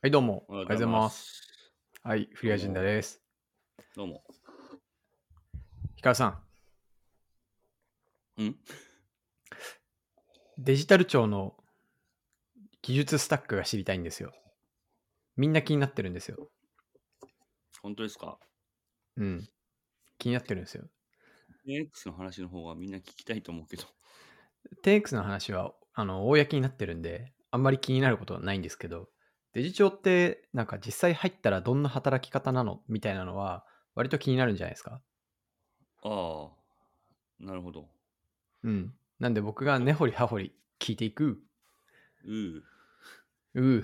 はい、どうも。おはようございおはようございまます。 す。 はい、フリーアジェンダどうも、 です。 どうも。 ヒカルさん、 んデジタル庁の技術スタックが知りたいんですよ。みんな気になってるんですよ。 本当ですか？ うん、気になってるんですよ。 ?X の話の方がみんな聞きたいと思うけど。 10X の話は、公になってるんで、あんまり気になることはないんですけど、デジ庁って、なんか実際入ったらどんな働き方なのみたいなのは、割と気になるんじゃないですか。 ああ、なるほど。 うん。なんで僕が根掘り葉掘り聞いていく。 うー、 うー。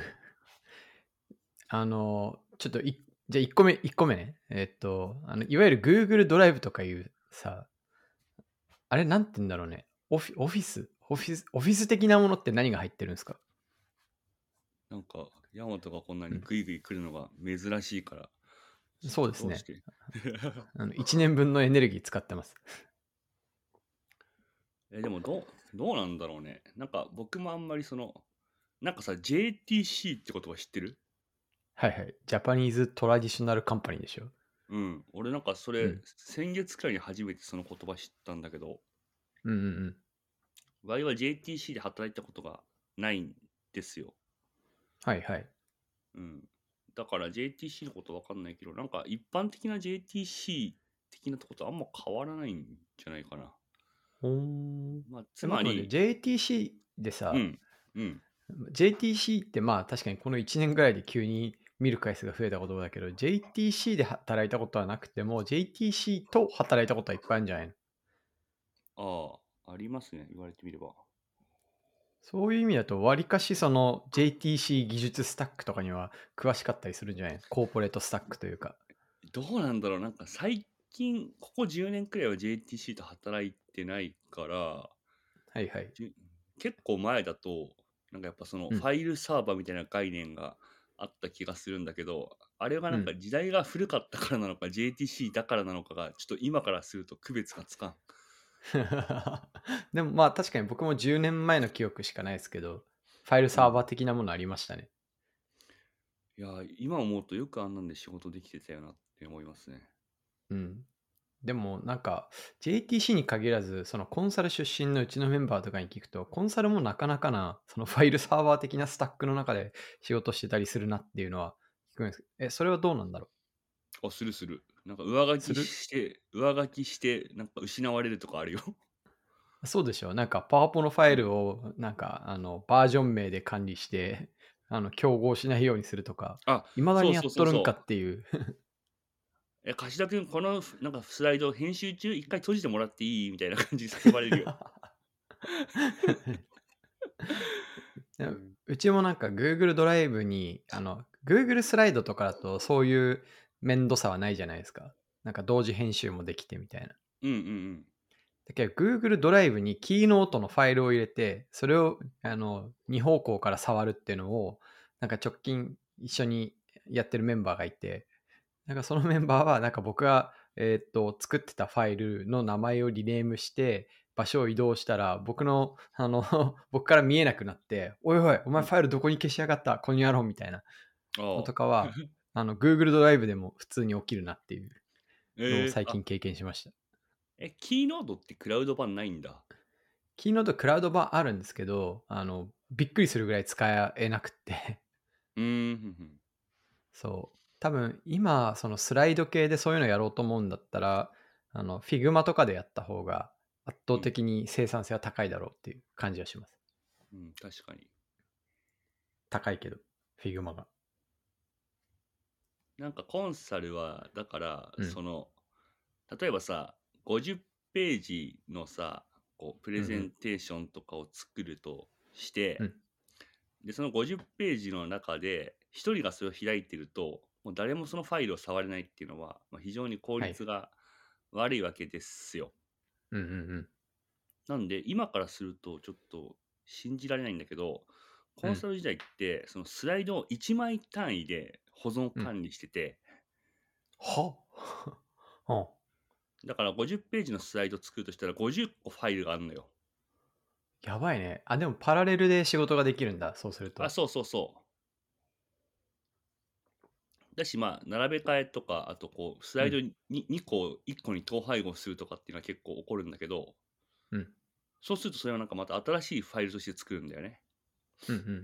ちょっとじゃあ1個目ね。いわゆる Google ドライブとかいうさ、あれなんて言うんだろうね。オフィス的なものって何が入ってるんですか？ なんか、ヤマトがこんなうん。 にグイグイ来るのが珍しいから、 そうですね。 どうして 1年分のエネルギー使ってます。 でもどうなんだろうね。なんか僕もあんまりなんかさ、JTC って言葉知ってる？ はいはい。ジャパニーズトラディショナルカンパニーでしょ。 うん。俺なんかそれ、 うん。 先月くらいに初めてその言葉知ったんだけど、 うんうんうん。 我々は JTC で働いたことがないんですよ。 はいはい。 うん。だから JTC のことわかんないけど、なんか一般的な JTC 的なとことあんま変わらないんじゃないかな。 ほーん。 まあ、つ待って待って。 まり、 JTC でさ、 うん、うん。 JTC ってまあ確かにこの1年ぐらいで急に見る回数が増えた言葉だけど、JTC で働いたことはなくても、JTC と働いたことはいっぱいあるんじゃないの？ ああ、ありますね。言われてみれば。 そういう意味だと、わりかしその JTC 技術スタックとかには詳しかったりするんじゃないの？コーポレートスタックというか。 どうなんだろう。なんか最近、ここ10年くらいは JTC と働いてないから、 はいはい。 じゅ結構前だと、なんかやっぱそのうん。 ファイルサーバーみたいな概念があった気がするんだけど、あれはなんかうん。 時代が古かったからなのか JTC だからなのかがちょっと今からすると区別がつかん。 でもまあ確かに僕も10年前の記憶しかないですけど、ファイルうん。 サーバー的なものありましたね。 いやー、今思うとよくあんなんで仕事できてたよなって思いますね。 うん。でもなんか JTC に限らず、そのコンサル出身のうちのメンバーとかに聞くと、コンサルもなかなかな、そのファイルサーバー的なスタックの中で仕事してたりするなっていうのは聞くんですけど、それはどうなんだろあ、するする。なんか上書きう？する？ して、上書きして、なんか失われるとかあるよ。 そうでしょ。なんかパワポのファイうん。 ルをなんかバージョン名で管理して、競合しないようにするとか、 あ、 未だにやそうそうっとるんかそうそう。 っていう。 貸田くん、このなんかスライド編集中一回閉じてもらっていいみたいな感じで叫ばれるよ。 でもうん。 うちもなんか Google ドライブに、Google スライドとかだとそういう面倒さはないじゃないですか。なんか同時編集もできてみたいな。 うんうんうん。 だけど Google ドライブにキーノートのファイルを入れて、それを2方向から触るっていうのを、なんか直近一緒にやってるメンバーがいて、なんかそのメンバーはなんか僕が、作ってたファイルの名前をリネームして、場所を移動したら、僕の、僕から見えなくなって、おいおい、お前うん。 ファイルどこに消しやがったこの野郎みたいなのああ。 とかは、Google ドライブでも普通に起きるなっていうのを最あ、 近経験しました。 キーノードってクラウド版ないんだ。 キーノートクラウド版あるんですけど、びっくりするぐらい使えなくってふんふん。 そう。多分、今、そのスライド系でそういうのやろうと思うんだったら、Figma とかでやった方が圧倒うん、 的に生産性は高いだろうっていう感じはします。 うん、確かに。 高いけど、Figma が。 なんかコンサルは、だから、 うん。 例えばさ、50ページのさ、こう、プレゼンうんうん。 テーションとかを作るとして、 うん。 で、その50ページの中で、一人がそれを開いてると、もう誰もそのファイルを触れないっていうのは、まあ、非常に効はい。 率が悪いわけですよ。 うんうんうん。 なんで、今からするとちょっと信じられないんだけど、コうん。 ンサル時代って、そのスライドを1枚単位で保存うん。 管理してて、 ははだから50ページのスライド作るとしたら50個ファイルがあるのよ。 やばいね。あ、でもパラレルで仕事ができるんだ。そうするあ、 と。 そうそうそう。 だし、まあ、並べ替えとか、あとこう、スライドに2個、1個に統配合するとかっていうのは結構起こるんだけど、 うん。 そうするとそれはなんかまた新しいファイルとして作るんだよね。 うん。うん。うん。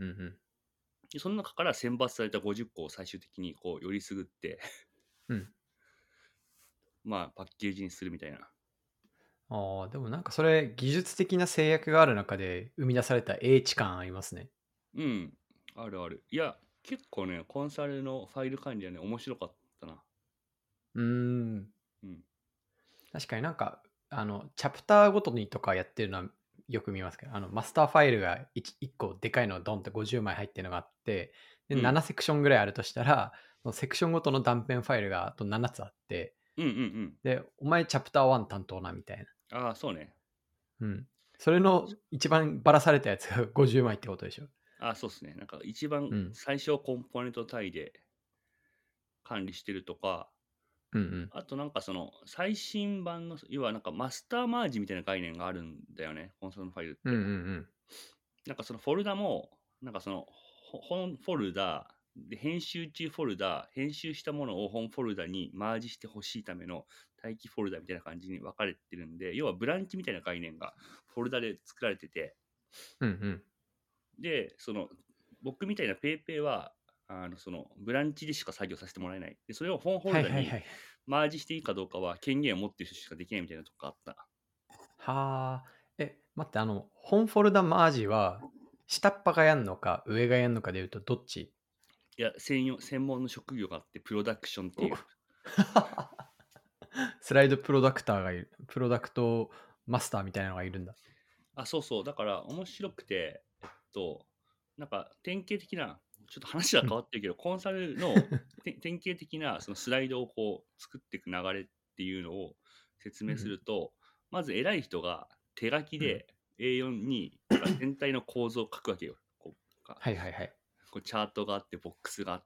でその中から選抜された50個を最終的にこう、よりすぐって、 うん。 まあ、パッケージにするみたいな。 ああ、でもなんかそれ技術的な制約がある中で生み出された英知感ありますね。 うん。あるある。いや、結構ね、コンサルのファイル管理はね、面白かったな。 うーん。 うん。 確かになんか、チャプターごとにとかやってるのはよく見ますけど、マスターファイルが 1個でかいのドンって50枚入ってるのがあって、で、 うん。 7セクションぐらいあるとしたら、そのセクションごとの断片ファイルがあと7つあって、 うんうんうん。 で、お前チャプター1担当なみたいな。 ああ、そうね。 うん。それの一番ばらされたやつが50枚ってことでしょ。 ああ、そうっすね。なんか一番うん。 最小コンポーネント単位で管理してるとか、 うんうん。 あとなんかその最新版の、要はなんかマスターマージみたいな概念があるんだよね、コンソールのファイルっうんうんうて。 ん。 なんかそのフォルダも、なんかその本フォルダ、で編集中フォルダ、編集したものを本フォルダにマージしてほしいための待機フォルダみたいな感じに分かれてるんで、要はブランチみたいな概念がフォルダで作られてて、 うんうん。 で、その僕みたいなペイペイは、そのブランチでしか作業させてもらえない。で、それを本フォルダにはいはいはい。 マージしていいかどうかは権限を持ってる人しかできないみたいなとこがあった。 はあ。待って、本フォルダマージは、下っ端がやんのか、上がやんのかで言うと、どっち？ いや、専門の職業があって、プロダクションっておいう。 スライドプロダクターがいる。プロダクトマスターみたいなのがいるんだ。 あ、そうそう。だから面白くて、なんか典型的な、ちょっと話はうん。 変わってるけど、コンサルの典型的なそのスライドをこう作っていく流れっていうのを説明すうん。 ると、まず偉い人が手書きうん。 で A4 になんか全体の構造を書くわけよ。 はいはいはい。 こうチャートがあって、ボックスがあって、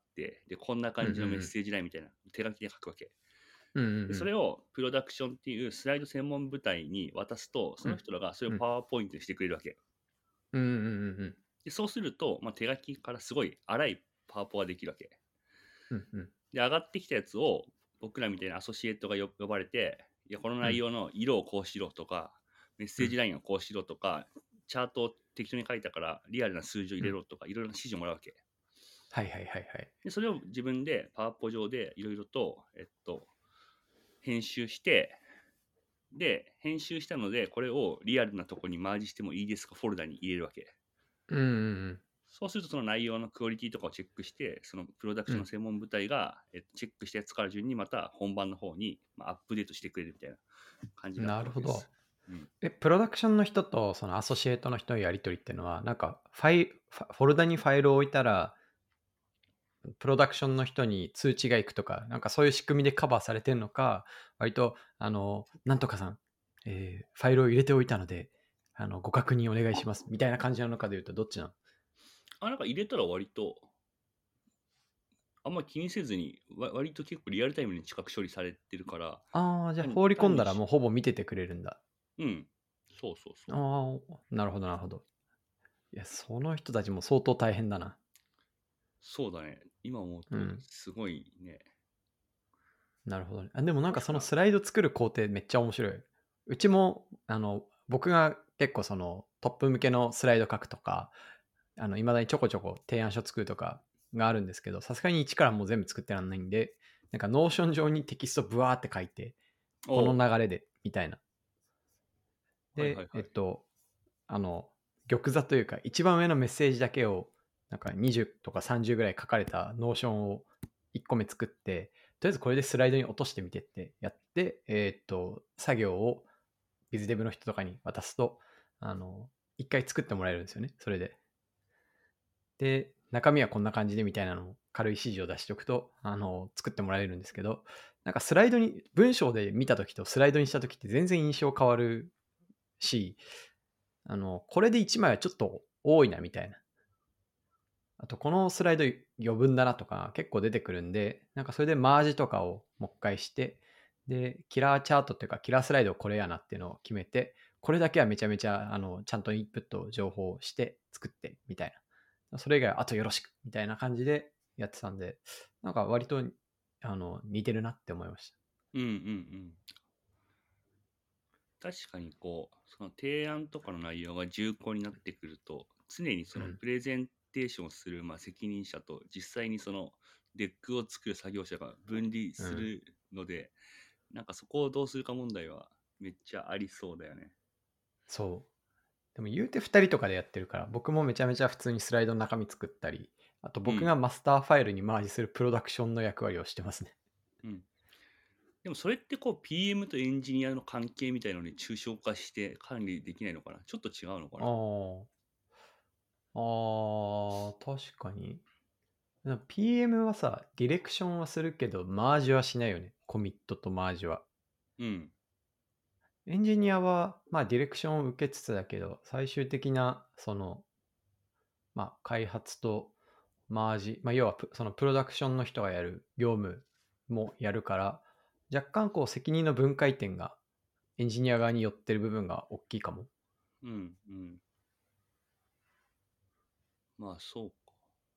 で、こんなうんうんう感じのメッん。 セージラインみたいな手書きで書くわけ。 うんうんで、 うん。 それをプロダクションっていうスライド専門部隊に渡すと、そうん。 の人らがそれをうん。 パワーポイントにしてくれるわけ。 うんうんうんうん。 で、そうすると、まあ、手書きからすごい荒いパワポができるわけ。 うんうん。 で、上がってきたやつを僕らみたいなアソシエイトが呼ばれて、いや、このうん。 内容の色をこうしろとか、メッセージラインをこうしろとか、チャートを適当に書いたからリアルな数字を入うん。 れろとか、いろいろな指示をもらうわけ。 はいはいはいはい。 で、それを自分でパワポ上でいろいろと、編集して、で、編集したので、これをリアルなとこにマージしてもいいですかフォルダに入れるわけ。 うんうんそうするとその内容のクオリティとかをチェックして、そのプロダクうん。うん。 ションの専門部隊が、チェックしたやつから順にまた本番の方に、アップデートしてくれるみたいな感じだっなるほど。 たわけです。うん。 プロダクションの人とそのアソシエイトの人のやりとりっていうのは、なんかフォルダにファイルを置いたら、プロダクションの人に通知が行くとか、なんかそういう仕組みでカバーされてるのか、割と、なんとかさん、ファイルを入れておいたので、ご確認お願いします。みたいな感じなのかで言うと、どっちなの？ なんか入れたら割と、あんま気にせずに、割と結構リアルタイムに近く処理されてるから、 ああ、じゃあ放り込んだらもう単にほぼ見ててくれるんだ。 うん。そうそうそう。 ああ、なるほど、なるほど。いや、その人たちも相当大変だな。 そうだね。今思うと、 うん。 すごいね。 なるほどね。でもなんかそのだから、 スライド作る工程めっちゃ面白い。うちも、僕が結構そのトップ向けのスライド書くとか、いまだにちょこちょこ提案書作るとかがあるんですけど、さすがに一からもう全部作ってらんないんで、なんかノーション上にテキストブワーって書いて、このおう流れで、みたいな。で、 はいはいはい。 あの、玉座というか、一番上のメッセージだけを、なんか20とか30ぐらい書かれたノーションを1個目作って、とりあえずこれでスライドに落としてみてってやって、作業をビズデブの人とかに渡すと、一回作ってもらえるんですよね、それで。で、中身はこんな感じでみたいなのを軽い指示を出しておくと、作ってもらえるんですけど、なんかスライドに、文章で見たときとスライドにしたときって全然印象変わるし、これで1枚はちょっと多いなみたいな。あと、このスライド余分だなとか結構出てくるんで、なんかそれでマージとかをもう一回して、で、キラーチャートっていうか、キラースライドこれやなっていうのを決めて、これだけはめちゃめちゃ、ちゃんとインプット情報をして作ってみたいな。それ以外はあとよろしくみたいな感じでやってたんで、なんか割と似てるなって思いました。 うんうんうん。確かにこう、その提案とかの内容が重厚になってくると、常にそのうんプレゼンテーションをするまあ責任者と実際にそのデックを作る作業者が分離すうんるので、なんかそこをどうするか問題はめっちゃありそうだよね。 そう。でも言うて2人とかでやってるから、僕もめちゃめちゃ普通にスライドの中身作ったり、あと僕がマスターファイルにマージするプロダクションの役割をしてますね。 うん。でもそれってこう PM とエンジニアの関係みたいのに抽象化して管理できないのかな、ちょっと違うのかな。 確かに。PM はさ、ディレクションはするけど、マージはしないよね。コミットとマージは。 うん。 エンジニアは、まあ、ディレクションを受けつつだけど、最終的な、開発とマージ、要はそのプロダクションの人がやる業務もやるから、若干こう責任の分解点がエンジニア側に寄ってる部分が大きいかも。 うんうん。まあそうか。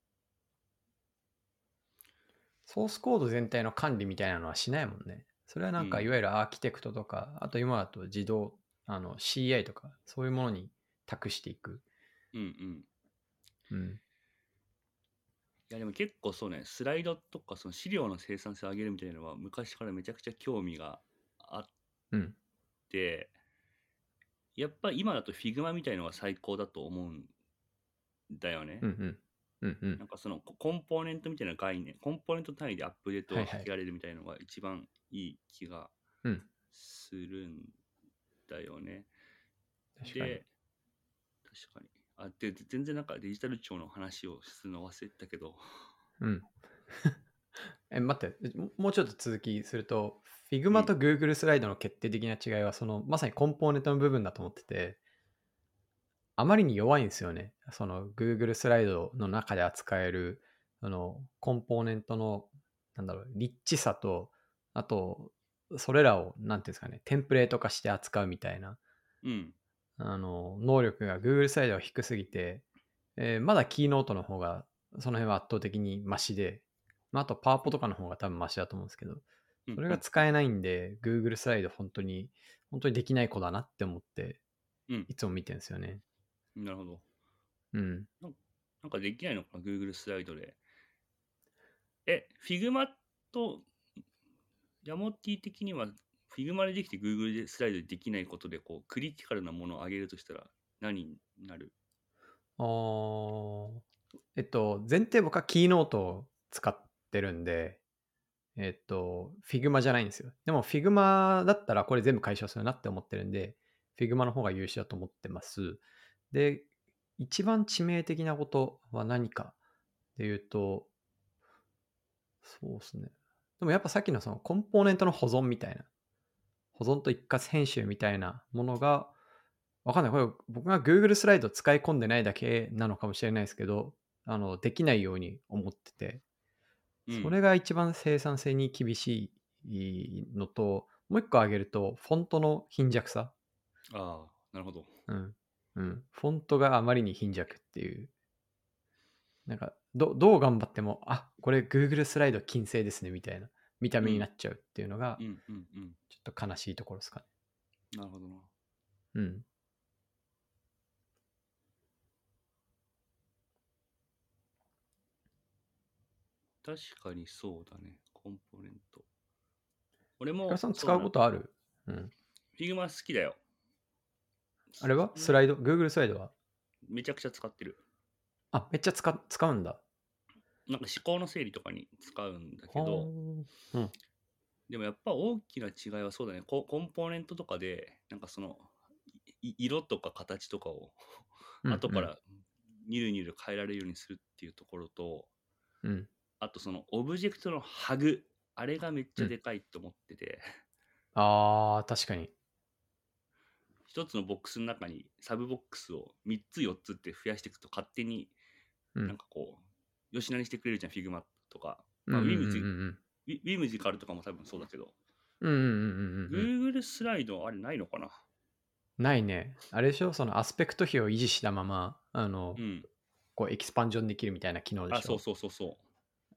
ソースコード全体の管理みたいなのはしないもんね。それはなんかいわゆるアーキテクトとか、あと今だと自動、CI とか、そういうものに託していく。 うんうん。 うん。 いやでも結構そうね、スライドとかその資料の生産性を上げるみたいなのは昔からめちゃくちゃ興味があっうん。 て、やっぱ今だと Figma みたいのが最高だと思うんだよね。 うんうん。うんうん。 なんかそのコンポーネントみたいな概念、コンポーネント単位でアップデートをはいはい。 かけられるみたいなのが一番いい気がうん。 するんだよね。 確かに。 で、確かに。で、全然なんかデジタル庁の話をするの忘れてたけど、 うん。待って、もうちょっと続きすると、 う Figma ん、 と Google スライドの決定的な違いは、まさにコンポーネントの部分だと思ってて、あまりに弱いんですよね。その Google スライドの中で扱える、コンポーネントの、リッチさと、あと、それらを、なんていうんですかね、テンプレート化して扱うみたいな、 うん、 能力が Google スライドは低すぎて、まだキーノートの方が、その辺は圧倒的にマシで、あとパワポとかの方が多分マシだと思うんですけど、 うん、 それうん、 が使えないんで、Google スライド本当にできない子だなって思って、 うん、 いつも見てるんですよね。 なるほど。 うん。 なんかできないのかな、Google スライドで。Figma とヤモティ的には Figma でできて Google でスライドでできないことでこうクリティカルなものを上げるとしたら何になる？ 前提僕はキーノートを使ってるんで、Figma じゃないんですよ。でも Figma だったらこれ全部解消するなって思ってるんで、Figma の方が優秀だと思ってます。で、一番致命的なことは何かっていうと、そうですね。でもやっぱさっきのそのコンポーネントの保存みたいな、保存と一括編集みたいなものが、わかんない。これ僕が Google スライド使い込んでないだけなのかもしれないですけど、できないように思ってて、 うん。 それが一番生産性に厳しいのと、もう一個挙げると、フォントの貧弱さ。 ああ、なるほど。 うん。うん。フォントがあまりに貧弱っていう。なんか、どう頑張っても、これ Google スライド金星ですね、みたいな見た目になうん。 っちゃうっていうのが、 うんうんうん。 ちょっと悲しいところですかね。 なるほどな。 うん。 確かにそうだね。コンポーネント。俺ヒカルさん使もそうな。 うことある？うん。 Figma 好きだよ。 あれはそんなスライド ?Google スライドはめちゃくちゃ使ってる。 めっちゃ使うんだ。 なんか思考の整理とかに使うんだけはど、 ー。うん。 でもやっぱ大きな違いはそうだね。コンポーネントとかで、なんかその色とか形とかをうん。 後からニルニル変えられるようにするっていうところと、 うん。 あとそのオブジェクトのハグ、あれがめっちうん。 ゃでかいと思ってて、 確かに。 一つのボックスの中にサブボックスを3つ4つって増やしていくと勝手にうん。 なんかこう、よしなにしてくれるじゃん、フィグマとか。まあ、 うんうんうんうん。 ウィムジカルとかも多分そうだけど、 うんうんうんうんうん。 Google スライドあれないのかな？ ないね。あれでしょ、そのアスペクト比を維持したまま、 うん。 こうエキスパンジョンできるみたいな機能でしそうょ。 そうそうそ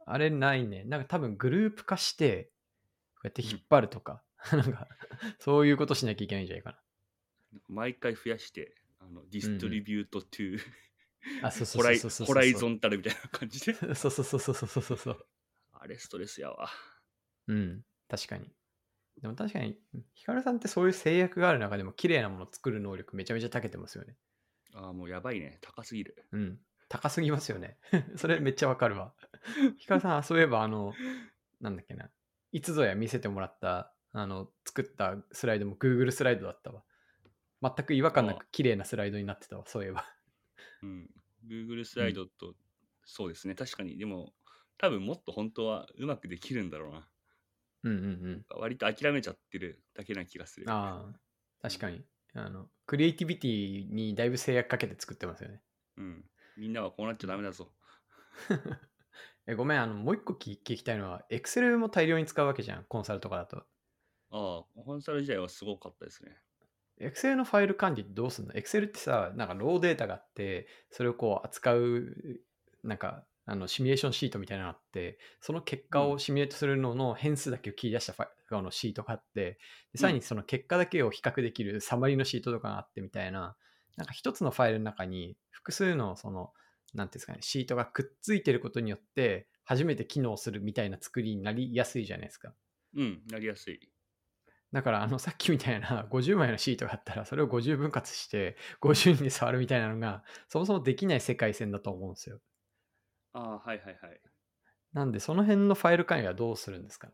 あれないね。なんか多分グループ化して、こうやって引っ張るとか、なんか、そういうことしなきゃいけないんじゃないか毎回増やして、ディストリビュートトゥな。あ、そうそうそうそうそうホライそう。 ゾンタルみたいな感じで。 そうそうそうそうそうそうそう。 あれストレスやわ。 うん、確かに。でも確かに、ヒカルさんってそういう制約がある中でも綺麗なものを作る能力めちゃめちゃ長けてますよね。 ああ、もうやばいね。高すぎる。 うん。高すぎますよね。それめっちゃわかるわ。ヒカルさん、そういえばなんだっけな。いつぞや見せてもらった、作ったスライドも Google スライドだったわ。全く違和感なああ、 く綺麗なスライドになってたわ、そういえば。 うん。Google スうん。 ライドと、そうですね。確かに。でも、多分もっと本当はうまくできるんだろうな。 うんうんうん。 割と諦めちゃってるだけな気がする。 ああ、 うん。 確かに。クリエイティビティにだいぶ制約かけて作ってますよね。 うん。みんなはこうなっちゃダメだぞ。 ごめん、もう一個聞きたいのは、Excel も大量に使うわけじゃん、コンサルとかだと。 ああ、コンサル時代はすごかったですね。 Excel のファイル管理ってどうすんの？ Excel ってさ、なんかローデータがあって、それをこう扱う、なんか、シミュレーションシートみたいなのがあって、その結果うん。 をシミュレートするのの変数だけを切り出したシートがあって、でうん。 さらにその結果だけを比較できるサマリーのシートとかがあってみたいな、なんか一つのファイルの中に複数のなんていうんですかね、シートがくっついてることによって、初めて機能するみたいな作りになりやすいじゃないですか。 うん。なりやすい。 だからさっきみたいな50枚のシートがあったら、それを50分割して50人で触るみたいなのが、そもそもできない世界線だと思うんですよ。 ああ、はいはいはい。 なんで、その辺のファイル管理はどうするんですかね。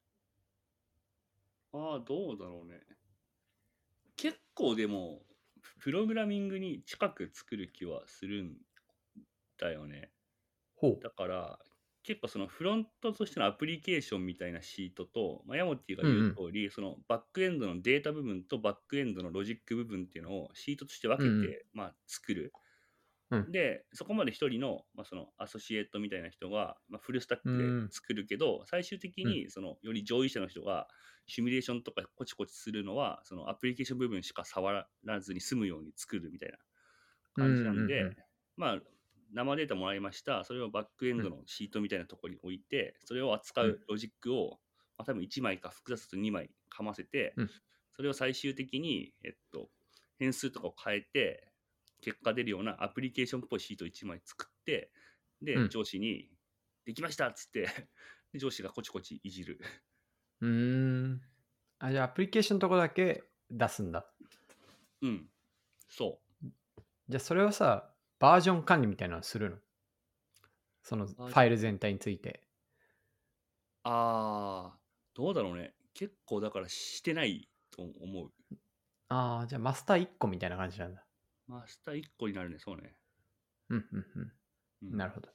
ああ、どうだろうね。結構でも、プログラミングに近く作る気はするんだよね。 ほだから、結構そのフロントとしてのアプリケーションみたいなシートと、ヤモティがう。うん言ううん。 通り、そのバックエンドのデータ部分とバックエンドのロジック部分っていうのをシートとして分うんうん。 けて、作る。 うん。 で、そこまで一人の、そのアソシエイトみたいな人が、フルスタックでうん。 作るけど、最終的うん。 にそのより上位者の人がシミュレーションとかコチコチするのは、そのアプリケーション部分しか触らずに済むように作るみたいなうん。 感じなんうん。 で、生データもらいました。それをバックエンドのシートみたいなところに置いて、それを扱うん。 うロジックを、多分1枚か複雑だと2枚かませて、 うん。 それを最終的に、変数とかを変えて、結果出るようなアプリケーションっぽいシートを1枚作って、で、 うん。 上司に、できましたっつってで上司がコチコチいじる。 うん。あ、じゃあアプリケーションのとこだけ出すんだ。 うん、そじゃあそれをさ、バージョン管理みたいなのするの？そのフう。 ァイル全体について。 どうだろうね。結構だからしてないと思う。 ああ、じゃあマスター1個みたいな感じなんだ。 マスター1個になるね、そうね。 うんうんうん。 うん。 なるほど。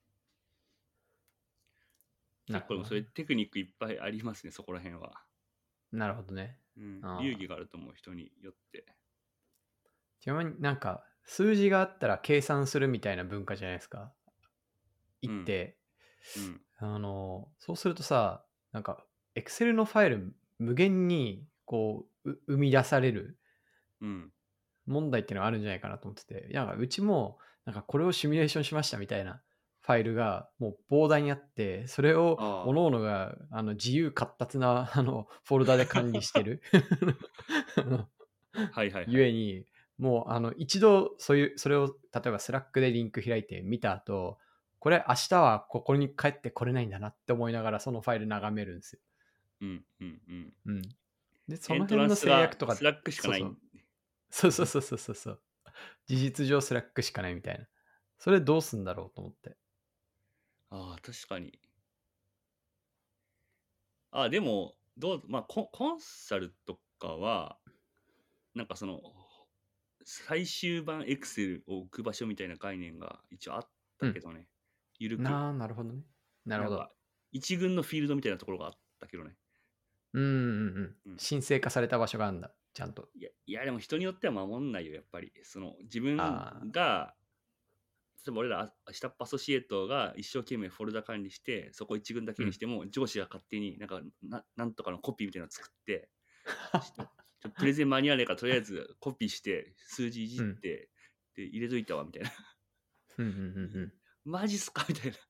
なる結構でもそういうほどね。 テクニックいっぱいありますね、そこら辺は。 なるほどね。 うん。流ああ。 儀があると思う、人によって。 ちなみになんか、数字があったら計算するみたいな文化じゃないですか。 うん。 言って。 うん。 そうするとさ、なんか、Excel のファイル無限に生み出されるうん。 問題っていうのがあるんじゃないかなと思ってて、なんかうちも、なんかこれをシミュレーションしましたみたいなファイルがもう膨大にあって、それを各あ 々が自由闊達なフォルダで管理してる。 あ。はいはいはい。 ゆえに、もう一度それを例えばスラックでリンク開いて見た後、これ明日はここに帰ってこれないんだなって思いながらそのファイル眺めるんですよ。 うんうんうん。 うん。で、そエントランの辺のスが制約とか、 スラックしかない。 そうそう。そうそうそうそうそうそう。事実上スラックしかないみたいな。それどうすんだろうと思って。 ああ、確かに。でも、コンサルとかは、なんかその、最終版エクセルを置く場所みたいな概念が一応あったうん。 けどね。ゆるく。 なるほどね。なるほど。 なんか、一軍のフィールドみたいなところがあったけどね。 うんうんうん。 うん。 神聖化された場所があるんだ。ちゃんと。 いやでも人によっては守んないよ、やっぱり。その、自分ああ。 が、例えば俺ら下っ端アソシエイトが一生懸命フォルダ管理して、そこ一軍だけうん。 にしても、上司が勝手になんとかのコピーみたいなの作って、プレゼン間に合わないからとりあえずコピーして数字いじうん。 ってで入れといたわみたいな。 うんうんうんうん。 マジっすかみたいな。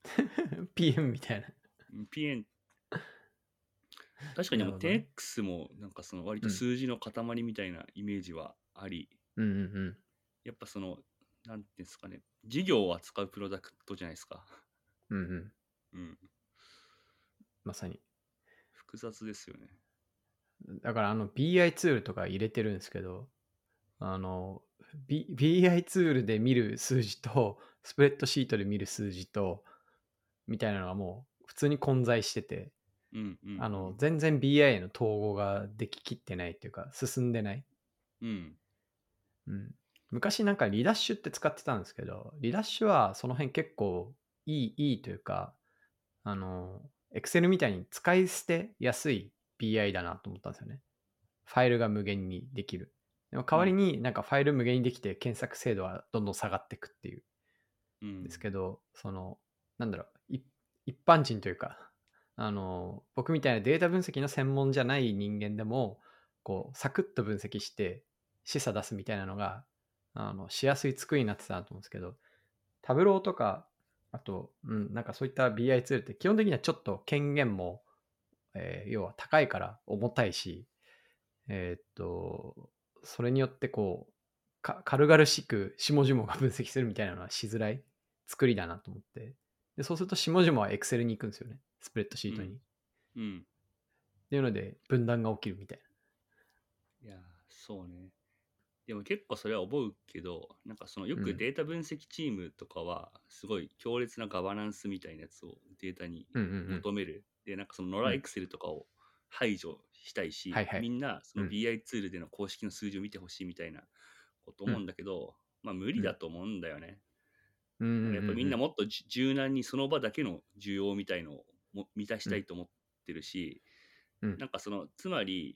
PM みたいな。 PN、確かにでもなるほどね。 10X もなんかその割とうん。 数字の塊みたいなイメージはあり、 うんうんうん。 やっぱその、なんていうんですかね、事業を扱うプロダクトじゃないですか。 うんうん。 うん。 まさに。 複雑ですよね。 だからBI ツールとか入れてるんですけど、BI ツールで見る数字と、スプレッドシートで見る数字と、みたいなのがもう普通に混在してて、 うんうん全然 BI への統合ができきってないっていうか、進んでない。 うん。うん。 うん。昔なんかリダッシュって使ってたんですけど、リダッシュはその辺結構いいというか、Excel みたいに使い捨てやすい BI だなと思ったんですよね。ファイルが無限にできる。でも代わりうん。 になんかファイル無限にできて検索精度はどんどん下がっていくっていううん。 ですけど、なんだろう、一般人というか、僕みたいなデータ分析の専門じゃない人間でも、こう、サクッと分析して、示唆出すみたいなのが、しやすい作りになってたなと思うんですけど、タブローとか、あと、なんかそういった BI ツールって基本的にはちょっと権限も、要は高いから重たいし、それによってこう、軽々しく下々が分析するみたいなのはしづらい作りだなと思って。で、そうすると下々は Excel に行くんですよね。スプレッドシートに。っうん。うん。 ていうので分断が起きるみたいいやー、そうね。でも結構それは思うけど、なんかそのよな。うん。 くデータ分析チームとかは、すごい強烈なガバナンスみたいなやつをデータにうんうんうん。 求める。で、なんかそのノうん。 ラエクセルとかを排除したいし、 はいはい。 みんなそのうん。 BI ツールでの公式の数字を見てほしいみたいなこと思うんうん。 だけど、まあ無理うん。 だと思うんだよね。 うんうんうんなんかやっぱみんなうん。 もっと柔軟にその場だけの需要みたいのを満たしうん。 たいと思ってるし、 うん。 なんかその、つまり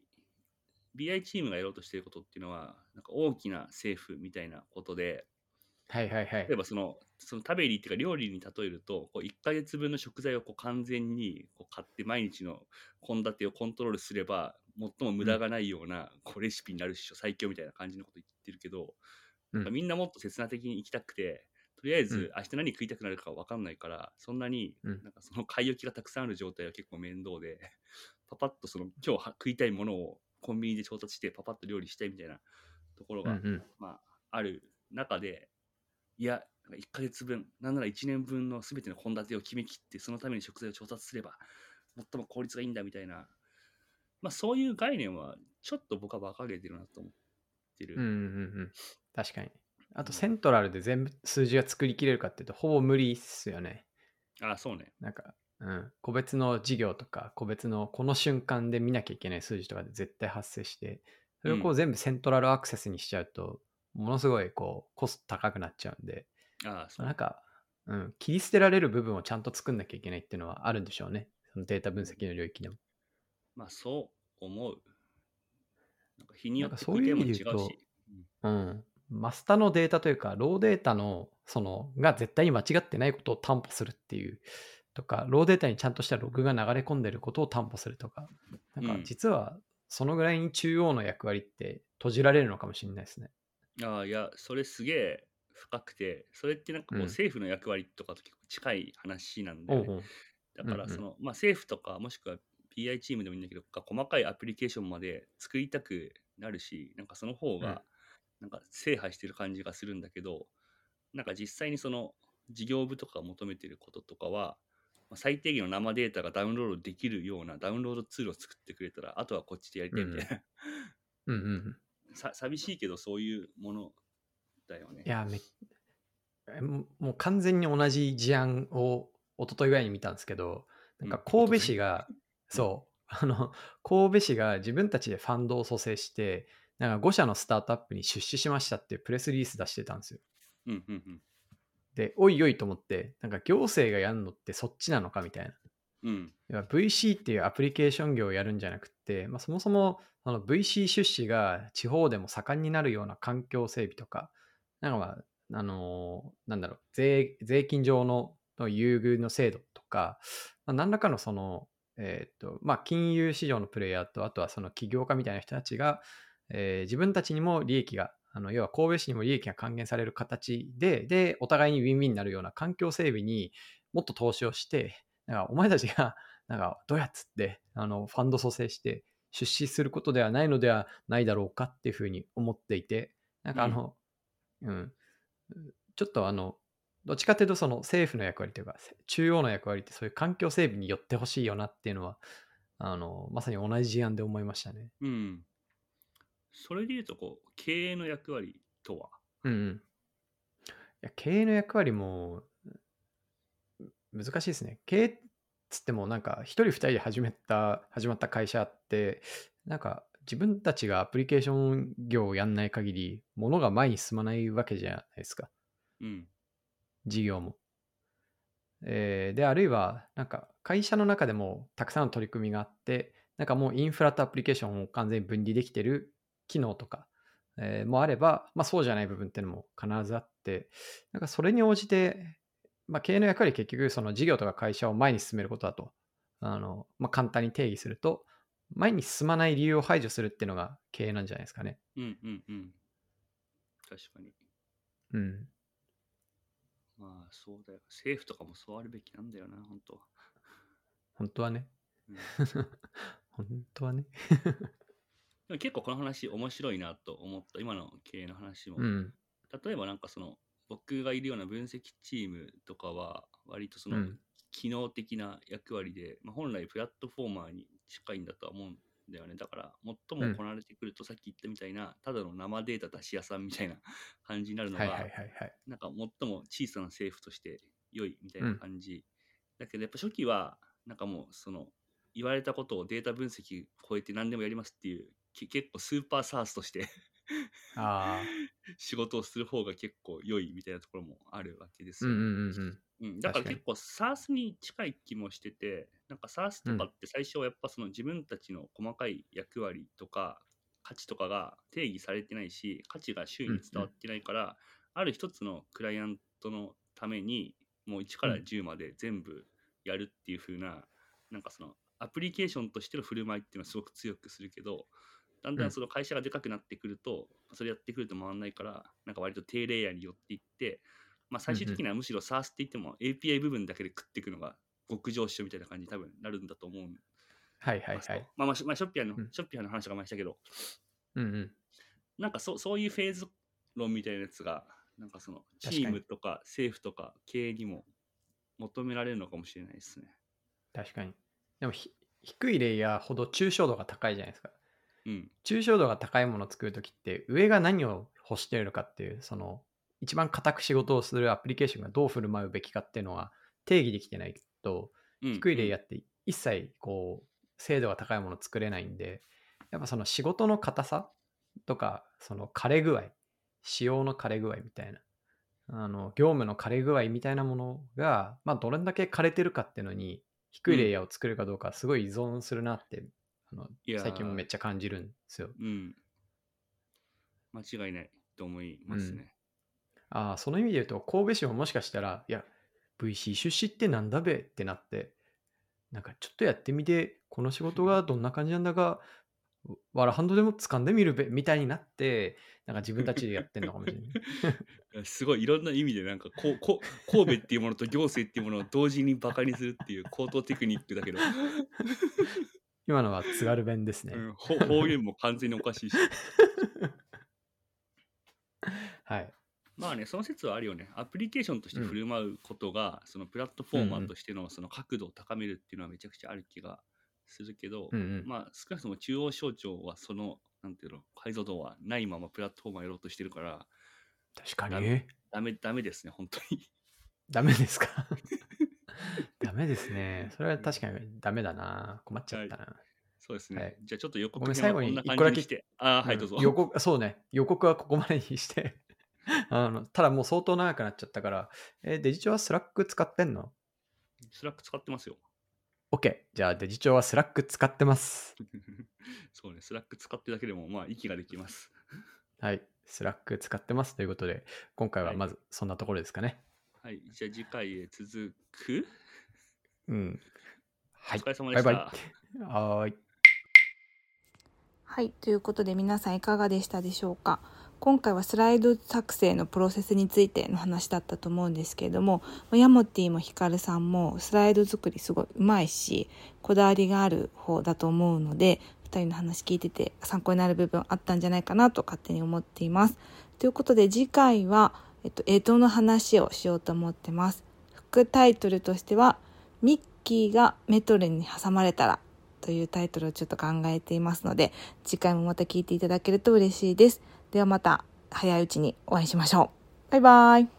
BI チームがやろうとしていることっていうのは、なんか大きな政府みたいなことで、 はいはいはい。 例えばその食べりっていうか料理に例えると、こう1ヶ月分の食材をこう完全にこう買って毎日の献立をコントロールすれば、最も無うん。 駄がないようなこうレシピになるっしょ、最強みたいな感じのこと言ってるけど、なんかうん。 みんなもっと刹那的に行きたくて、とりあえうん。 ず明日何食いたくなるか分かんないから、そんなにうん。 なんかその買い置きがたくさんある状態は結構面倒で、パパッとその今日食いたいものをコンビニで調達してパパッと料理したいみたいなところが、 うん。 まあ、ある中で、いや、1ヶ月分、なんなら1年分の全ての献立を決めきって、そのために食材を調達すれば、最も効率がいいんだみたいな、まあそういう概念はちょっと僕は馬鹿げてるなと思ってる。 うんうんうんうん。確かに。あと、セうん、 ントラルで全部数字が作りきれるかっていうと、ほぼ無理っすよね。 ああ、そうね。 なんか、個別の事業とか、個別のこの瞬間で見なきゃいけない数字とかで絶対発生して、それをこううん。 全部セントラルアクセスにしちゃうと、ものすごいこうコスト高くなっちゃうんで、 ああ、そうね。 なんか、切り捨てられる部分をちゃんと作んなきゃいけないっていうのはあるんでしょうね。そのデータ分うん。 析の領域でも。 まあそう思う。なんか日になよっんかそういう意味て食いたいもんで言うと、 違うし。 マスタのデータというか、ローデータの、が絶対に間違ってないことを担保するっていうとか、ローデータにちゃんとしたログが流れ込んでることを担保するとか、なんかうん。 実はそのぐらいに中央の役割って閉じられるのかもしれないですね。 ああ、いや、それすげえ深くて、それってなんかこううん。 政府の役割とかと結構近い話なんだよね。 おうおう。 だうんうん。 からまあ政府とかもしくは PI チームでもいいんだけど、細かいアプリケーションまで作りたくなるし、なんかその方うん。 がなんか制覇してる感じがするんだけど、なんか実際にその事業部とか求めてることとかは、まあ最低限の生データがダウンロードできるようなダウンロードツールを作ってくれたら、あとはこっちでやりうんうん。 たいみたいな。 うんうんうん。 寂しいけどそういうものだよね。 いや、もう完全に同じ事案を一昨日ぐらいに見たんですけど、なんかうん、お神戸ととい。 市が、 うん、 そう、神戸市が自分たちでファンドを蘇生して、なんか5社のスタートアップに出資しましたっていうプレスリリース出してたんですよ。 うん、うん、 で、おいおいと思って、なんか行政がやるのってそっちなのかみたいな。 うん、 要は VC っていうアプリケーション業をやるんじゃなくて、そもそもVC 出資が地方でも盛んになるような環境整備とか、なんかなんだろう、税金上の優遇の制度とか、何らかの金融市場のプレイヤーと、あとはその起業家みたいな人たちが、自分たちにも利益が、要は神戸市にも利益が還元される形で、お互いにウィンウィンになるような環境整備にもっと投資をして、なんかお前たちがなんかどうやっつってファンド蘇生して出資することではないのではないだろうかっていうふうに思っていて、なんかちょっとどっちかというとその政府の役割というか中央の役割ってそういう環境整備に寄ってほしいよなっていうのはまさに同じ事案で思いましたね。 うん。それでいうと経営の役割とは。 いや経営の役割も難しいですね。経営っつってもなんか一人二人で始まった会社ってなんか自分たちがアプリケーション業をやんない限り物が前に進まないわけじゃないですか。事業も。であるいはなんか会社の中でもたくさんの取り組みがあってなんかもうインフラとアプリケーションを完全に分離できてる機能とか、もあれば、そうじゃない部分っていうのも必ずあってなんかそれに応じて、経営の役割結局その事業とか会社を前に進めることだと簡単に定義すると前に進まない理由を排除するっていうのが経営なんじゃないですかね。 確かに。そうだよ。政府とかもそうあるべきなんだよな、本当は。 本当はね。本当はね。 でも結構この話面白いなと思った。今の経営の話も。例えばなんか僕がいるような分析チームとかは割と機能的な役割で、本来プラットフォーマーに近いんだとは思うんだよね。だから最もこなれてくるとさっき言ったみたいなただの生データ出し屋さんみたいな感じになるのがなんか最も小さな政府として良いみたいな感じ、だけどやっぱ初期はなんかもう言われたことをデータ分析超えて何でもやりますっていう結構スーパーサースとして仕事をする方が結構良いみたいなところもあるわけですよね。だから結構 SaaS に近い気もしてて、なんか SaaS とかって最初はやっぱ自分たちの細かい役割とか価値とかが定義されてないし、価値が周囲に伝わってないから、ある一つのクライアントのためにもう1から10まで全部やるっていう風な、なんかアプリケーションとしての振る舞いっていうのはすごく強くするけど、だんだんその会社がでかくなってくると、それやってくると回らないから、なんか割と低レイヤーに寄っていって、最終的にはむしろ SaaS って言っても API 部分だけで食っていくのが極上師匠みたいな感じに多分なるんだと思う。ショッピアの話が前したけど、なんかそういうフェーズ論みたいなやつが、なんかチームとか政府とか経営にも求められるのかもしれないですね。 確かに。でも低いレイヤーほど抽象度が高いじゃないですか。抽象度が高いものを作るときって上が何を欲しているのかっていう一番固く仕事をするアプリケーションがどう振る舞うべきかっていうのは定義できてないと、低いレイヤーって一切精度が高いものを作れないんで、やっぱ仕事の硬さとか枯れ具合、仕様の枯れ具合みたいな業務の枯れ具合みたいなものがどれだけ枯れてるかっていうのに低いレイヤーを作るかどうかすごい依存するなって最近もめっちゃ感じるんですよ。 間違いないと思いますね。 その意味で言うと神戸市ももしかしたらVC 出資ってなんだべってなってなんかちょっとやってみてこの仕事がどんな感じなんだかワラハンドでも掴んでみるべみたいになってなんか自分たちでやってんのかもしれないすごいいろんな意味でなんか神戸っていうものと行政っていうものを同時にバカにするっていう高等テクニックだけど今のは津軽弁ですね。 方言も完全におかしいしその説はあるよね。アプリケーションとして振る舞うことが、そのプラットフォーマーとしてのその角度を高めるっていうのはめちゃくちゃある気がするけど、少なくとも中央省庁はなんていうの解像度はないままプラットフォーマーやろうとしてるから、 確かにダメですね、本当に。 ダメですかダメですね。それは確かにダメだな。困っちゃったな。 そうですね。じゃあちょっと予告編はこんな感じにして。 どうぞ。 そうね。予告はここまでにしてただもう相当長くなっちゃったから、デジチョはスラック使ってんの？ スラック使ってますよ。 OK。じゃあデジチョはスラック使ってます。 そうね。スラック使ってるだけでも息ができます。 はい。スラック使ってますということで、今回はまずそんなところですかね。 はい。じゃあ次回へ続く？ はい。 お疲れ様でした。 バイバイ。はい。 はい。ということで皆さんいかがでしたでしょうか。 今回はスライド作成のプロセスについての話だったと思うんですけれども、ヤモティもヒカルさんもスライド作りすごいうまいし、こだわりがある方だと思うので、2人の話聞いてて参考になる部分あったんじゃないかなと勝手に思っています。ということで次回は、干支の話をしようと思ってます。副タイトルとしてはミッキーがメトロに挟まれたらというタイトルをちょっと考えていますので、次回もまた聞いていただけると嬉しいです。ではまた早いうちにお会いしましょう。バイバイ。